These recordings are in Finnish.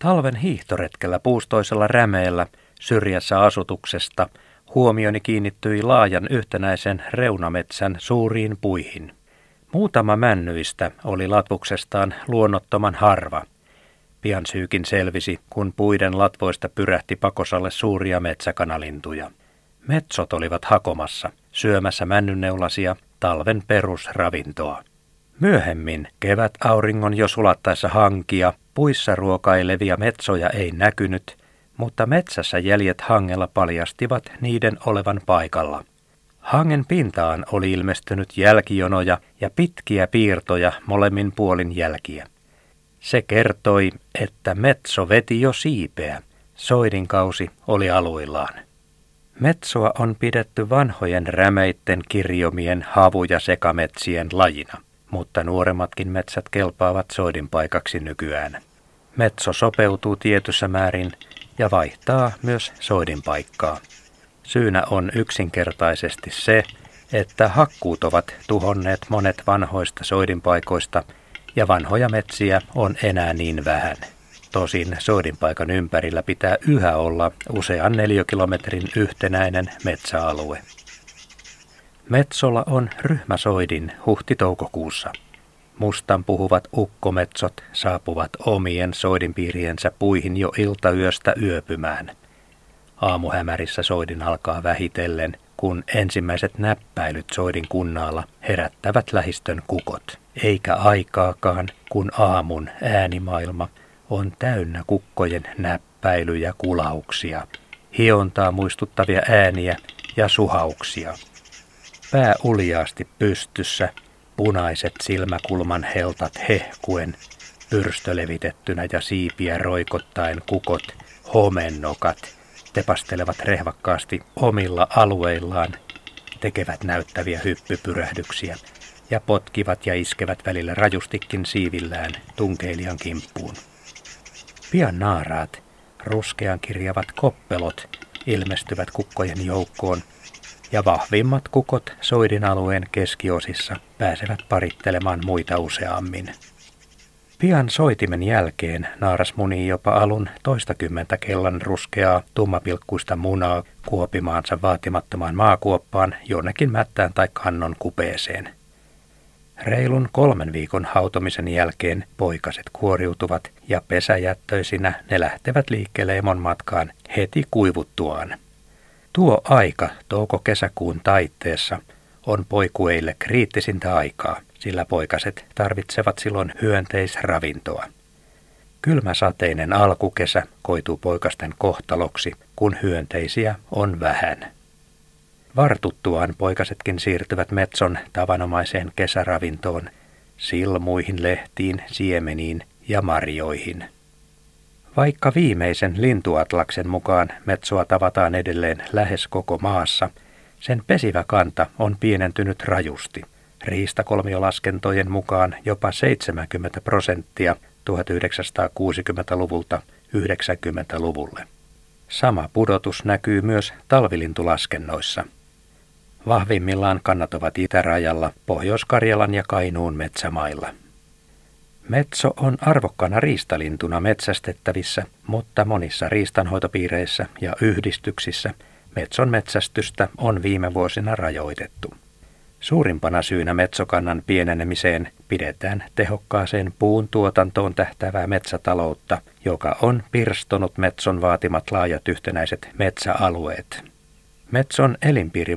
Talven hiihtoretkellä puustoisella rämeellä syrjässä asutuksesta huomioni kiinnittyi laajan yhtenäisen reunametsän suuriin puihin. Muutama männyistä oli latvuksestaan luonnottoman harva. Pian syykin selvisi, kun puiden latvoista pyrähti pakosalle suuria metsäkanalintuja. Metsot olivat hakomassa, syömässä männyneulasia, talven perusravintoa. Myöhemmin kevätauringon jo sulattaessa hankia, puissa ruokailevia metsoja ei näkynyt, mutta metsässä jäljet hangella paljastivat niiden olevan paikalla. Hangen pintaan oli ilmestynyt jälkijonoja ja pitkiä piirtoja molemmin puolin jälkiä. Se kertoi, että metso veti jo siipeä. Soidinkausi oli aluillaan. Metsoa on pidetty vanhojen rämeitten kirjomien havu- ja sekametsien lajina, mutta nuoremmatkin metsät kelpaavat soidinpaikaksi nykyään. Metso sopeutuu tietyssä määrin ja vaihtaa myös soidinpaikkaa. Syynä on yksinkertaisesti se, että hakkuut ovat tuhonneet monet vanhoista soidinpaikoista ja vanhoja metsiä on enää niin vähän. Tosin soidinpaikan ympärillä pitää yhä olla usean neliökilometrin yhtenäinen metsäalue. Metsolla on ryhmäsoidin huhti-toukokuussa. Mustan puhuvat ukkometsot saapuvat omien soidinpiiriensä puihin jo iltayöstä yöpymään. Aamuhämärissä soidin alkaa vähitellen, kun ensimmäiset näppäilyt soidin kunnaalla herättävät lähistön kukot. Eikä aikaakaan, kun aamun äänimaailma on täynnä kukkojen näppäilyjä, kulauksia, hiontaa muistuttavia ääniä ja suhauksia. Pää uljaasti pystyssä, punaiset silmäkulman heltat hehkuen, pyrstö levitettynä ja siipiä roikottaen kukot, homennokat, tepastelevat rehvakkaasti omilla alueillaan, tekevät näyttäviä hyppypyrähdyksiä ja potkivat ja iskevät välillä rajustikin siivillään tunkeilijan kimppuun. Pian naaraat, ruskean kirjavat koppelot, ilmestyvät kukkojen joukkoon ja vahvimmat kukot soidin alueen keskiosissa pääsevät parittelemaan muita useammin. Pian soitimen jälkeen naaras munii jopa alun toistakymmentä kellan ruskeaa tummapilkkuista munaa kuopimaansa vaatimattomaan maakuoppaan jonnekin mättään tai kannon kupeeseen. Reilun 3 viikon hautomisen jälkeen poikaset kuoriutuvat ja pesäjättöisinä ne lähtevät liikkeelle emon matkaan heti kuivuttuaan. Tuo aika touko-kesäkuun taitteessa on poikueille kriittisintä aikaa, sillä poikaset tarvitsevat silloin hyönteisravintoa. Kylmäsateinen alkukesä koituu poikasten kohtaloksi, kun hyönteisiä on vähän. Vartuttuaan poikasetkin siirtyvät metson tavanomaiseen kesäravintoon, silmuihin, lehtiin, siemeniin ja marjoihin. Vaikka viimeisen lintuatlaksen mukaan metsoa tavataan edelleen lähes koko maassa, sen pesivä kanta on pienentynyt rajusti. Riistakolmiolaskentojen mukaan jopa 70% 1960-luvulta 90-luvulle. Sama pudotus näkyy myös talvilintulaskennoissa. Vahvimmillaan kannat ovat itärajalla, Pohjois-Karjalan ja Kainuun metsämailla. Metso on arvokkaana riistalintuna metsästettävissä, mutta monissa riistanhoitopiireissä ja yhdistyksissä metson metsästystä on viime vuosina rajoitettu. Suurimpana syynä metsokannan pienenemiseen pidetään tehokkaaseen puun tuotantoon tähtäävää metsätaloutta, joka on pirstonut metson vaatimat laajat yhtenäiset metsäalueet. Metson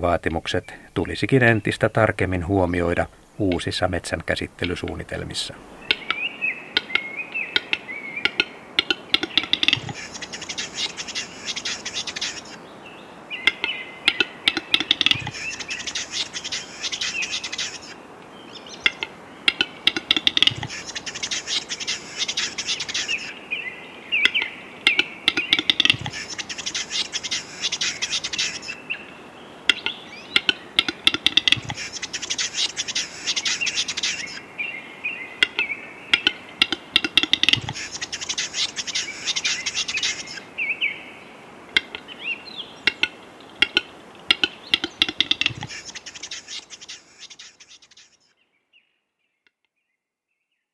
elinpiirivaatimukset tulisikin entistä tarkemmin huomioida uusissa metsänkäsittelysuunnitelmissa.